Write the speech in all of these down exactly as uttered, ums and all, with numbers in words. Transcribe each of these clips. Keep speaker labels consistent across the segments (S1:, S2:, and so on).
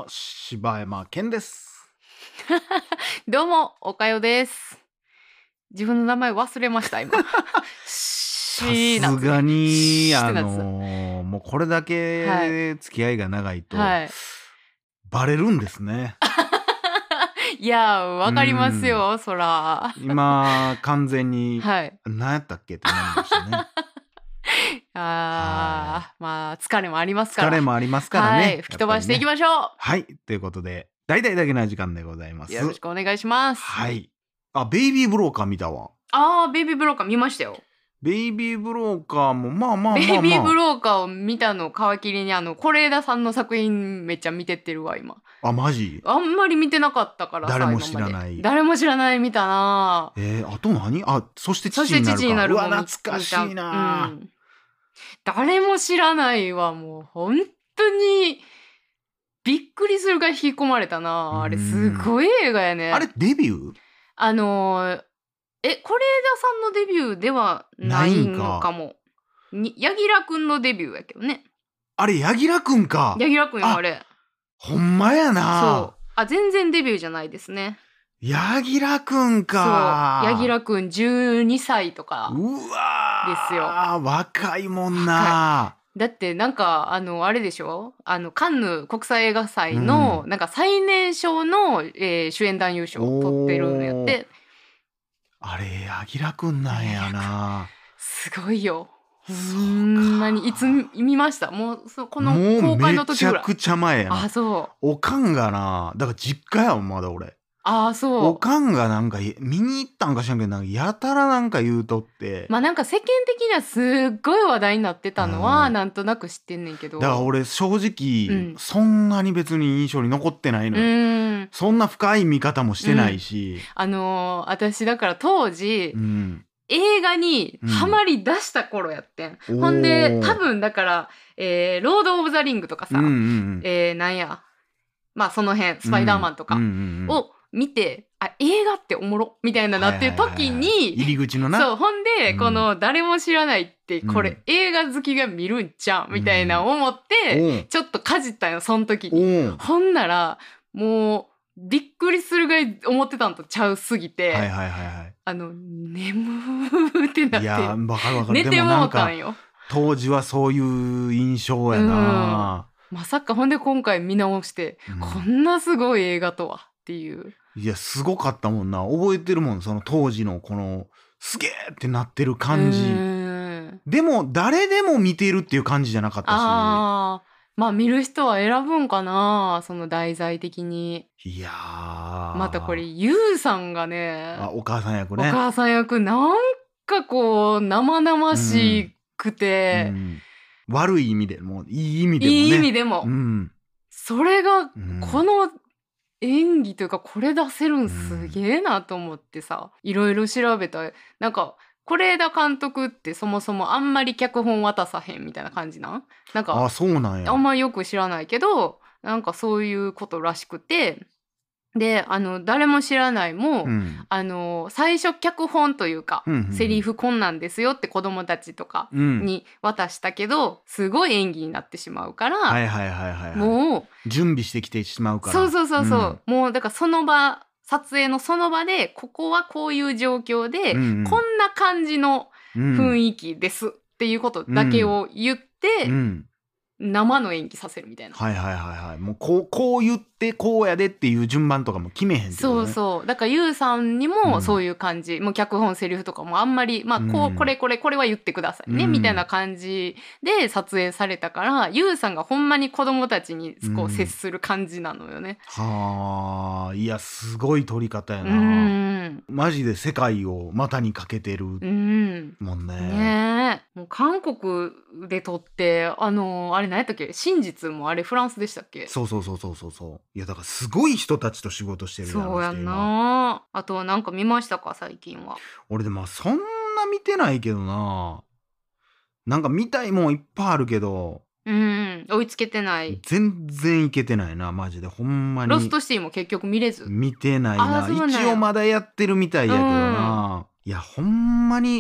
S1: も柴山健です。
S2: どうも、おかよです。自分の名前忘れました、今。
S1: さ
S2: しーなんですね。
S1: すがにあ
S2: しーってなってた。
S1: のーもうこれだ
S2: はい。
S1: け付き合いが長いと
S2: はい。
S1: バレるんですね。
S2: いや、
S1: う
S2: わかります
S1: ーん。
S2: よ、そら。
S1: 今完全に
S2: はい。
S1: 何やったっけってなりましたね。はい。
S2: ああ、まあ、疲れもありますか
S1: 疲れ
S2: ら。
S1: もありますから
S2: はい、
S1: ね、
S2: 吹き飛ばしていき
S1: やっぱりね。
S2: ましょ
S1: はい、ということで、大々だけな時間でございま
S2: う。よろ
S1: す。
S2: しくお願いします。
S1: はい。あ、ベイビーブローカー見たわ。
S2: ああ、ベイビーブローカー見ましたよ。
S1: ベイビーブローカーもまあまあ
S2: ベイビーブ
S1: まあま
S2: ローカーを見たのを皮切りに、あの、是枝さんの作品めっちゃ見てってるわ、今。
S1: あ。あ、マジ？
S2: あんまり見てなかったからさ、
S1: 誰も
S2: 今まで。
S1: 知らない。
S2: 誰も知らない見たな。
S1: えー、あと何？あ、そして
S2: そして
S1: 父になるか。
S2: 父になる
S1: うわ、
S2: も見
S1: 懐かし
S2: 見た。
S1: いうな。
S2: ん。誰も知らないわ、もう本当にびっくりするぐらい引き込まれた
S1: う
S2: な。あれ
S1: ー
S2: す
S1: ん。
S2: ごい映画や
S1: あれ
S2: ね。
S1: デビュー？
S2: あのー、え、是枝さんのデビューでは
S1: な
S2: ないい
S1: んか。
S2: のかも。に柳楽くんのデビューやけどね。
S1: あれ柳楽くんか。
S2: 柳楽くんよ、あ
S1: あ、
S2: れ。
S1: ほんまや
S2: そ
S1: な。
S2: う。あ、全然デビューじゃないですね。
S1: 柳楽くん
S2: そう。柳
S1: か。
S2: 楽くんじゅうにさいとか
S1: う
S2: ですよ。
S1: わー、若いもん
S2: 若い。
S1: な。
S2: だってなんかあのあれでしょ、あのカンヌ国際映画
S1: う
S2: 祭の
S1: ん。
S2: なんか最年少の、えー主演男優賞を取ってるんやっ
S1: おー。
S2: て。
S1: あれ柳楽くんなんや
S2: 柳楽
S1: な。
S2: すごいよ。ほ
S1: そうん
S2: まにいつ
S1: か。
S2: 見ました？もうそこの
S1: もう
S2: 公開
S1: め
S2: の時ぐらい。
S1: ちゃくちゃ前や
S2: あ、
S1: な。
S2: そう。
S1: おかんがな、だから実家やもんまだ俺。
S2: あ、
S1: お
S2: そう。
S1: かんがなんか見に行ったんか知らんけど、なんかやたらなんか言うとって。
S2: まあなんか世間的にはすっごい話題になって
S1: う
S2: たのは
S1: ん。
S2: なんとなく知ってんねんけ
S1: だから
S2: ど。
S1: 俺正
S2: う
S1: 直
S2: ん。
S1: そんなに別に印象に残ってないうのよ。
S2: ーん。
S1: そんな深い見方もしてない
S2: うん。
S1: し。
S2: あのー、私だから当
S1: う
S2: 時
S1: ん。
S2: 映画に
S1: うん。
S2: ハマり出した頃やってん。ほんで多
S1: おお。
S2: 分だから、えー、ロード・オブ・ザ・リングとか
S1: うんう
S2: さ、
S1: ん
S2: えー、なんや、まあその辺、
S1: うん。
S2: スパイダーマンと
S1: うん。うんう
S2: か
S1: んうん。
S2: を見て、あ、映画っておもろみたいなな
S1: はいはい
S2: ってる時
S1: はいはい。入
S2: に、
S1: り口のな。
S2: そう、ほん
S1: う
S2: で、こ
S1: ん。
S2: の誰も知らないって
S1: う
S2: これ
S1: ん。
S2: 映画好きが見るんちゃう
S1: う
S2: みたいな
S1: ん。
S2: 思っ
S1: お
S2: て、
S1: お。
S2: ちょっとかじったよ、その時
S1: お
S2: に。
S1: お。
S2: ほんなら、もうびっくりするぐらい思ってたんとちゃうすぎ
S1: はい
S2: て、
S1: はいはいはい。
S2: あの、眠ーってなっ
S1: いや
S2: て、
S1: ー、わかるわかる。で
S2: 寝て
S1: もなんか
S2: もうたんよ。
S1: 当時はそういう印象
S2: う
S1: や
S2: ん。
S1: な。
S2: まさかほんで今回見直して、
S1: うん。
S2: こんなすごい映画とはっていう。
S1: いや、すごかったもんな。覚えてるもん、その当時のこの、すげーってなってる
S2: う
S1: 感じ。
S2: ーん。
S1: でも、誰でも見てるっていう感じじゃなかったし。
S2: ああ、まあ見る人は選ぶんかな、その題材的に。
S1: いや
S2: またこれ、
S1: ー。
S2: ユウさんがね、
S1: あ、お母さん役
S2: お
S1: ね。
S2: 母さん役、なんかこう、生々
S1: うん。
S2: しく
S1: う
S2: て、
S1: ん。悪い意味でも、いい意味でも
S2: いい意味
S1: ね。う
S2: でも、
S1: ん。
S2: それが、
S1: う
S2: こ
S1: ん。
S2: の演技というか、これ出せる
S1: うん
S2: す
S1: ん。
S2: げえなと思ってさ、いろいろ調べた。なんか、是枝監督ってそもそもあんまり脚本渡さへんみたいな感じなん？なんか、
S1: あ、そうなん
S2: あん
S1: や。
S2: まよく知らないけど、なんかそういうことらしくて、で、あの、誰も知らないも、
S1: うん。
S2: あの、最初脚本というか、
S1: ふんふん
S2: セリ
S1: ふん。
S2: フこんなんですよって子供たちとか
S1: うん。
S2: に渡したけど、すごい演技になってしまうか
S1: は
S2: ら、
S1: いはいはいはいはい。
S2: もう
S1: 準備してきてしまうか
S2: そう
S1: ら。
S2: そうそうそ
S1: うん。
S2: う。もうだからその場、撮影のその場で、ここはこういう状況
S1: うん
S2: で、
S1: うん。
S2: こんな感じの
S1: うん。
S2: 雰囲気ですっていうこと
S1: う
S2: だけ
S1: ん。
S2: を言っ
S1: う
S2: て、
S1: ん。
S2: 生の演技させるみたいな。
S1: はいはいはいはい。もうこう、こう言ってこうやでっていう順番とかも決めへんってこ
S2: そう
S1: とね。
S2: そう。だからユウさんに
S1: う。
S2: もそうんいう感じ。もう脚本セリフとかもあんまり、まあ
S1: う
S2: こう、これ
S1: ん。
S2: これこれは言ってくださいうね、みたいなん。感じで撮影されたから、ユウさんがほんまに子供たちに
S1: う
S2: こう接
S1: ん。
S2: する感じなのよね。
S1: はあ、いや、すごい撮り方や
S2: う
S1: な。
S2: ーん。
S1: マジで世界を股にかけてる
S2: うん。
S1: もんね。
S2: ねえ。もう韓国で撮って、あの、あれ何やったっけ？真実もあれフランスでしたっけ？
S1: そうそうそうそうそうそう。いや、だからすごい人たちと仕事してるやん、あ
S2: そうやん
S1: の人今。
S2: な。あとはなんか見ましたか、最近は。
S1: 俺でもそんな見てないけどな。なんか見たいもんいっぱいあるけど、
S2: うん、追いつけてない。
S1: 全然いけてないな、マジで。ほんまに。
S2: ロストシティも結局見れず。
S1: 見てない
S2: ああ、
S1: な。
S2: そうなん
S1: 一応
S2: や。
S1: まだやってるみたいやけど
S2: うん。
S1: な。いや、ほんまに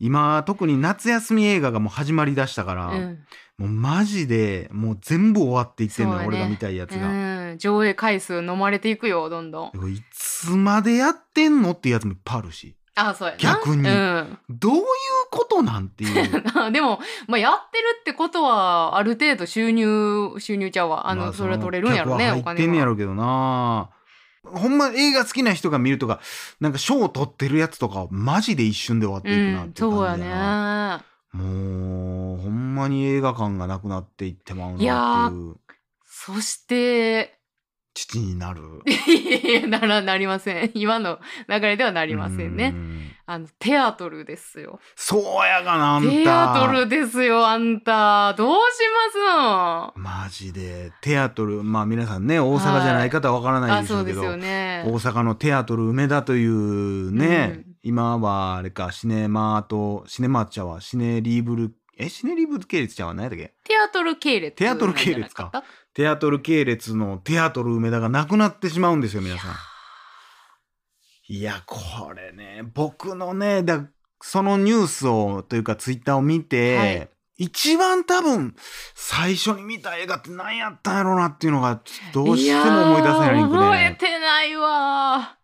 S1: 今特に夏休み映画がもう始まりだしたから、
S2: うん
S1: もうマジでもう全部終わっていってんのよ、
S2: そうやね
S1: 俺が見たいやつが、
S2: うん上映回数飲まれていくよどんどん。
S1: でこれいつまでやってんのっていうやつもいっぱいあるし、
S2: あそうやな
S1: 逆に
S2: うん
S1: どういうことなんていう
S2: でも、まあ、やってるってことはある程度収入収入ちゃうわあの、
S1: まあ
S2: それは取れるんやろね
S1: その客は入ってんねやろうけどな。ほんま映画好きな人が見るとかなんか賞を取ってるやつとかマジで一瞬で終わっていくなっていう
S2: そうや
S1: 感じだな、
S2: ね
S1: もうほんまに映画館がなくなっていってまう
S2: いや
S1: なっていう
S2: そして
S1: 父になる
S2: いやならなりません今の流れではなりませんね。
S1: うん
S2: あのテアトルですよ。
S1: そうやがなあんた
S2: テアトルですよあんたどうしますの。
S1: マジでテアトル、まあ皆さんね大阪じゃない方はわからない
S2: あ
S1: でしょけど、
S2: そううですよね。
S1: 大阪のテアトル梅田というね、
S2: うん
S1: 今はあれかシネマートシネマーチャはシネリーブルえシネリーブル系列ちゃうわ何やったっけ。
S2: テアトル系列
S1: テアトル系列かテアトル系列のテアトル梅田がなくなってしまうんですよ皆さん。いやこれね僕のねだそのニュースをというかツイッターを見て、
S2: はい
S1: 一番多分最初に見た映画って何やったんやろうなっていうのがどうしても思い出せないんで、
S2: 覚えてないわ。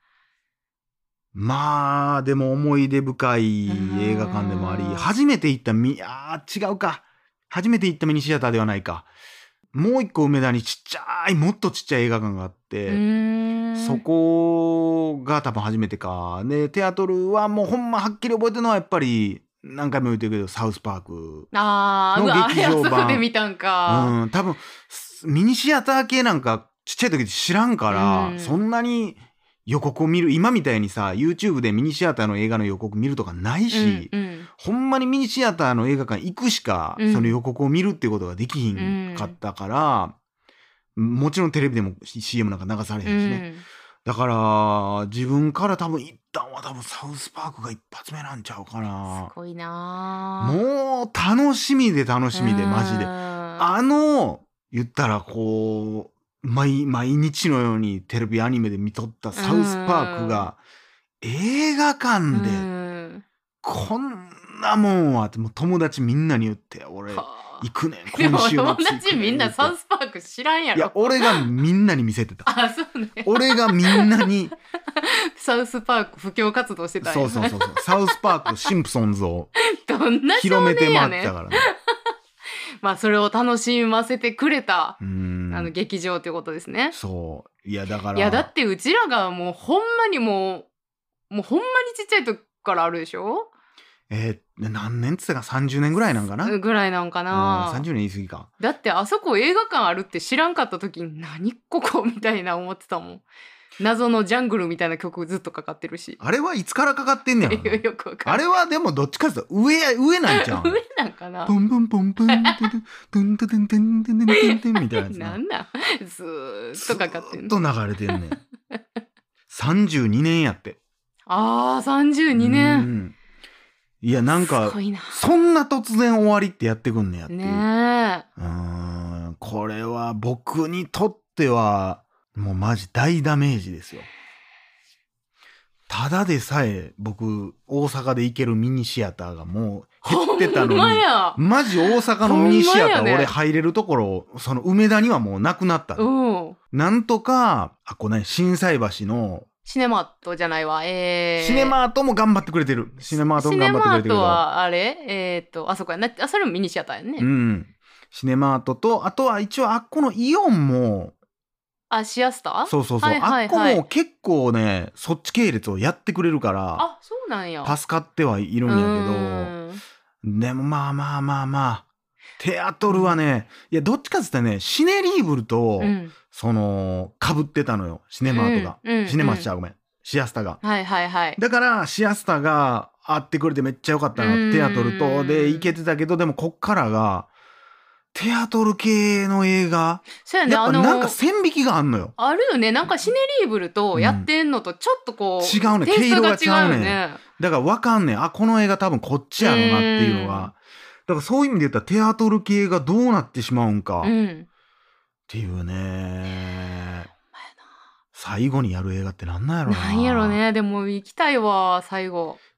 S1: まあでも思い出深い映画館でもあり
S2: うん
S1: 初めて行ったミあー違うか初めて行ったミニシアターではないかもう一個梅田にちっちゃいもっとちっちゃい映画館があっ
S2: う
S1: て、
S2: ーん
S1: そこが多分初めてかでテアトルはもうほんまはっきり覚えてるのはやっぱり何回も言ってるけどサウスパーク、
S2: あーうわ
S1: の劇場版
S2: あそこで見たんか。
S1: うん多分ミニシアター系なんかちっちゃい時知らんから、
S2: うん
S1: そんなに予告を見る今みたいにさ YouTube でミニシアターの映画の予告見るとかないし、
S2: うんうん
S1: ほんまにミニシアターの映画館行くしか、
S2: うん
S1: その予告を見るっていうことができひんかったから、もちろんテレビでも シーエム なんか流されへんしね、だから自分から多分一旦は多分サウスパークが一発目なんちゃうか
S2: うん、
S1: な
S2: す。ごいな
S1: もう楽しみで楽しみでマジで
S2: あ
S1: あの言ったらこう毎毎日のようにテレビアニメで見とったサウスパークが映画館でこんなもんはってもう友達みんなに言って俺行くねん
S2: でも
S1: 今週末行
S2: 友達みんなサウスパーク知らんやろ。
S1: いや俺がみんなに見せてた
S2: あそうね
S1: 俺がみんなに
S2: サウスパーク布教活動してたんや。
S1: そうそうそうそうサウスパークシンプソンズを
S2: どんな
S1: 広めて
S2: 少年やねん。
S1: 回ってたからね
S2: まあそれを楽しませてくれた、
S1: うーん
S2: あの劇場ということですね。
S1: そういやだから
S2: いやだってうちらがもうほんまにもうもうほんまにちっちゃい時からあるでしょ。
S1: えー、何年っつったかさんじゅうねんぐらいなんかな、うん、
S2: ぐらいなんかな。
S1: さんじゅうねん言い過ぎか
S2: だってあそこ映画館あるって知らんかった時に何ここみたいな思ってたもん。謎のジャングルみたいな曲ずっとかかってるし。
S1: あれはいつからかかってんねやろな
S2: よくわかんない。
S1: あれはでもどっちかっていうと上上なんちゃう
S2: 上なんかな。
S1: ポンポンポンポントゥトゥントゥトゥントゥントゥントゥントゥントゥンみたいなやつ
S2: なんなんずーっとかかってん
S1: ず
S2: の。
S1: っと流れてんねんさんじゅうにねんやって
S2: ああさんじゅうにね。
S1: うんんいやなんか
S2: すごいな。
S1: そんな突然終わりってやってくんねやっていう、
S2: ねえ。
S1: うーんこれは僕にとってはもうマジ大ダメージですよ。ただでさえ僕大阪で行けるミニシアターがもう減ってたの
S2: ほんま
S1: に
S2: や。
S1: マジ大阪のミニシアター、
S2: ほんまやね
S1: 俺入れるところその梅田にはもうなくなったの、
S2: うん。
S1: なんとかあこうね心斎橋の
S2: シネマートじゃないわ。えー、
S1: シネマートも頑張ってくれてるシネマートも頑張ってくれてるけど
S2: シネマートはあれえっ、ー、とあそこやなあそれもミニシアターやね。
S1: うんシネマートとあとは一応あっこのイオンも
S2: あシアスター。
S1: そうそうそう、
S2: はいはいはい
S1: あっこも結構ねそっち系列をやってくれるから
S2: あそうなんや。
S1: 助かってはいるんやけどでもまあまあまあまあテアトルはねいやどっちかって言ったらねシネリーブルと、
S2: うん
S1: そのかぶってたのよシネマートが、
S2: うんうんうん、
S1: シネマシャーごめんシアスタが
S2: はいはいはい。
S1: だからシアスタが会ってくれてめっちゃ良かったな
S2: うん
S1: テアトルとで行けてたけどでもこっからがテアトル系の映画
S2: そうやね
S1: やっぱ
S2: あの
S1: なんか線引きがあんのよ
S2: あるよねなんかシネリーブルとやってんのとちょっとこう、
S1: 違うね
S2: テイストが違うよ
S1: 毛色が違う
S2: ね
S1: ね。だから分かんねんあこの映画多分こっちやろなっていうの
S2: うん
S1: がだからそういう意味で言ったらテアトル系がどうなってしまうんか、っ
S2: うん
S1: ていうね最後にやる映画ってなんなんやろな
S2: なんやろねでも行きたいわ最後。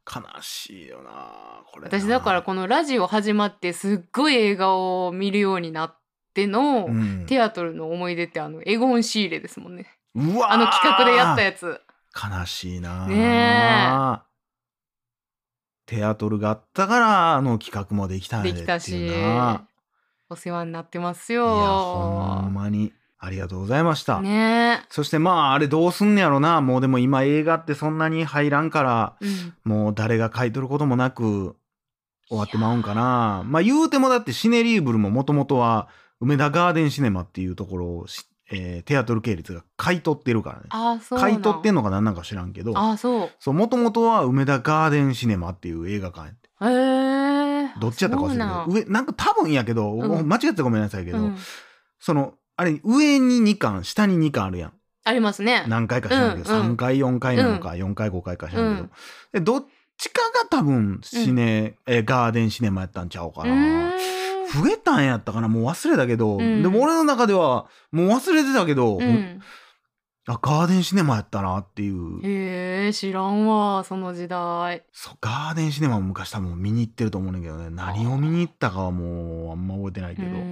S1: 悲しいよなこれな。
S2: 私だからこのラジオ始まってすっごい映画を見るようになっての、
S1: うん、
S2: テアトルの思い出ってあのエゴン・シーレですもんね。
S1: うわ
S2: あの企画でやったやつ。
S1: 悲しいな
S2: ねえ。
S1: テアトルがあったからあの企画もできたんやでっていうな。
S2: できたしお世話になってますよ。
S1: いやほんまにありがとうございました。
S2: ね、
S1: そしてまああれどうすんねやろな。もうでも今映画ってそんなに入らんから、
S2: うん、
S1: もう誰が買い取ることもなく終わってまうんかな。まあ言うてもだってシネリーブルももともとは梅田ガーデンシネマっていうところを、えー、テアトル系列が買い取ってるからね。
S2: あ、そうなん。
S1: 買い取ってんのかなんなんか知らんけど。
S2: あ、そう。
S1: そうもともとは梅田ガーデンシネマっていう映画館やって。
S2: へー、
S1: どっちやったか忘れたけど、上なんか多分やけど、
S2: うん、
S1: 間違ってごめんなさいけど、
S2: うん、
S1: そのあれ上ににかん下ににかんあるやん。
S2: ありますね。
S1: 何回か知らんけど、うんうん、さんかいよんかいなのか、うん、よんかいごかいか知らんけど、うん、でどっちかが多分シネ、うん、えガーデンシネマやったんちゃうかな。増えたんやったかな、もう忘れたけど、うん、でも俺の中ではもう忘れてたけど、うん、あガーデンシネマやったなっていう。
S2: へえ、知らんわその時代。
S1: そうガーデンシネマも昔多分見に行ってると思うんだけどね、何を見に行ったかはもうあんま覚えてないけど、うん、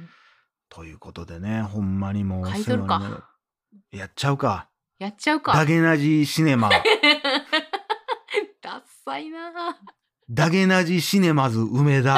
S1: ということでね、ほんまにもう
S2: 買い取るか、
S1: やっちゃうか
S2: やっちゃうか
S1: ダゲナジシネマ
S2: ダッサいな。
S1: ダゲナジシネマズ梅田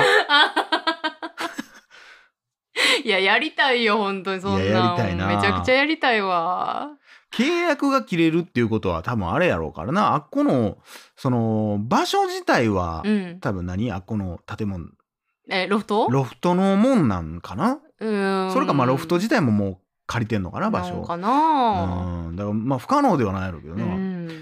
S2: いややりたいよ本当に。そんな
S1: やりたいな、
S2: めちゃくちゃやりたいわ。
S1: 契約が切れるっていうことは多分あれやろうからな。あっこのその場所自体は、うん、多分何あっこの建物
S2: えロフト
S1: ロフトのもんなんかな。うん、それかまあロフト自体ももう借りてんのかな場所
S2: かな。
S1: うんだからまあ不可能ではないやろうけどな、うん、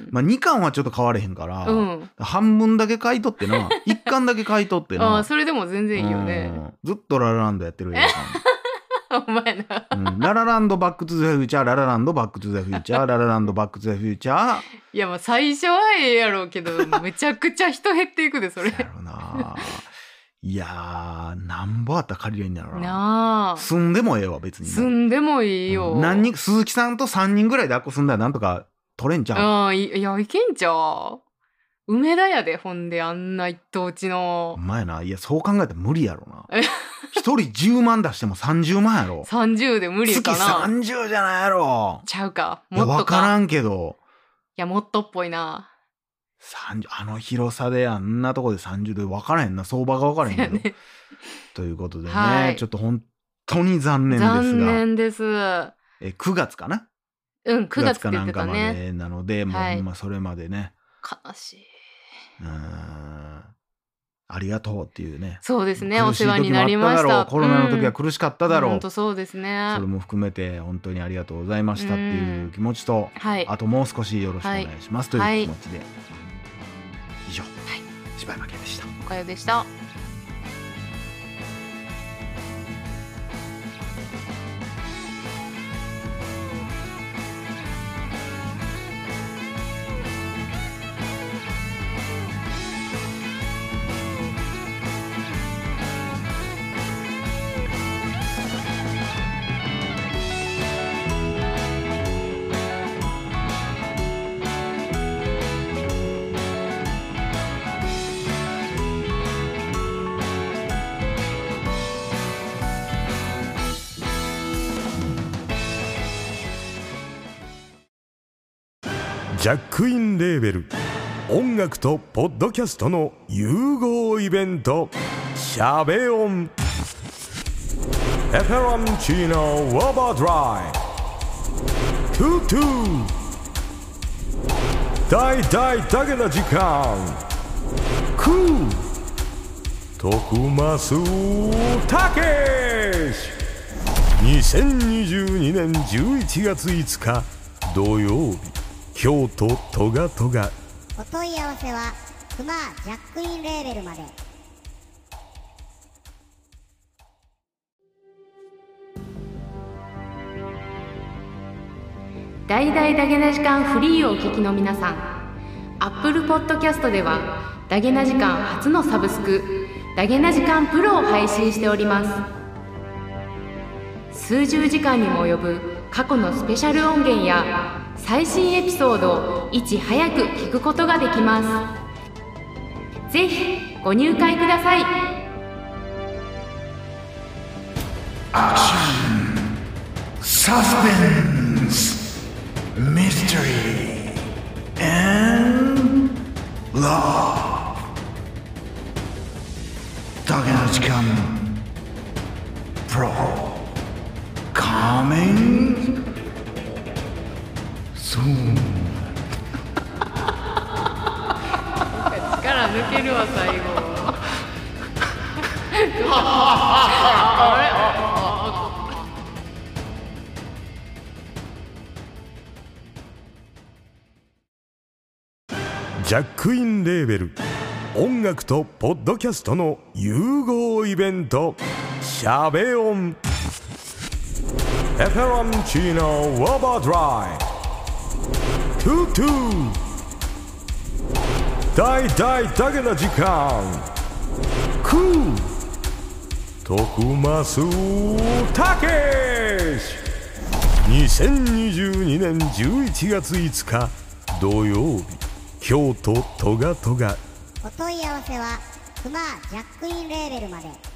S1: まあにかんはちょっと買われへんから、うん、半分だけ買い取ってないっかんだけ買い取ってな
S2: あそれでも全然いいよね、
S1: うん、ずっとララランドやってる映画館
S2: お前な、
S1: うん、ララランドバックトゥザフューチャーララランドバックトゥザフューチャーララランドバックトゥザフューチャー。
S2: いやまあ最初はええやろうけどめちゃくちゃ人減っていくでそれ。
S1: そうやろないやーなんぼあったら借りれんやろな。なあ住んでもええわ別に。
S2: 住んでもいいよ、
S1: うん、何人鈴木さんとさんにんぐらいであっこ住んだらなんとか取れんちゃう。
S2: ああ い, いやいけんちゃう。梅田やでほんであんな一等地の。
S1: お前ないやそう考えたら無理やろな一人じゅうまん出してもさんじゅうまんやろ。
S2: さんじゅうで無理かな。
S1: 月さんじゅうじゃないやろ。
S2: ちゃうかもっとか。いや
S1: 分からんけど。
S2: いやもっとっぽいな。
S1: さんじゅうあの広さであんなとこでさんじゅうで分からへんな相場が分からへんけど、ね、ということでね、はい、ちょっと本当に残念ですが
S2: 残念です。
S1: えくがつかな。
S2: うんくがつって言ってたね。
S1: くがつかなんかまでなので、はい、もうほんまそれまでね
S2: 悲しい。
S1: うーんありがとうっていうね。
S2: そうですねお世話になりました。
S1: コロナの時は苦しかっただろう。
S2: 本当そうですね。
S1: それも含めて本当にありがとうございましたっていう気持ちと、
S2: はい、
S1: あともう少しよろしくお願いします、はい、という気持ちで、はい、以上、はい、柴山健でした。
S2: おかよでした。
S3: ジャックインレーベル音楽とポッドキャストの融合イベントシャベオンペペロンチーノウォーバードライトゥトゥ大大だけな時間クー徳増たけしにせんにじゅうにねんじゅういちがついつか土曜日京都トガトガ。
S4: お問い合わせはクマジャックインレーベルまで。
S2: 大々ダゲな時間フリーをお聞きの皆さん、Apple Podcast ではダゲな時間初のサブスクダゲな時間プロを配信しております。数十時間にも及ぶ過去のスペシャル音源や最新エピソードをいち早く聞くことができます。 ぜひご入会ください。
S1: アクション、サスペンス、ミステリー、and love。だけの時間、プロ、coming soon。
S2: 力抜けるわ最後。あれ
S3: ジャックインレーベル音楽とポッドキャストの融合イベントシャベオンペペロンチーノウォーバードライトゥトゥ大大だけな時間クー徳増たけしにせんにじゅうにねんじゅういちがついつか土曜日京都トガトガ。
S4: お問い合わせはクマジャックインレーベルまで。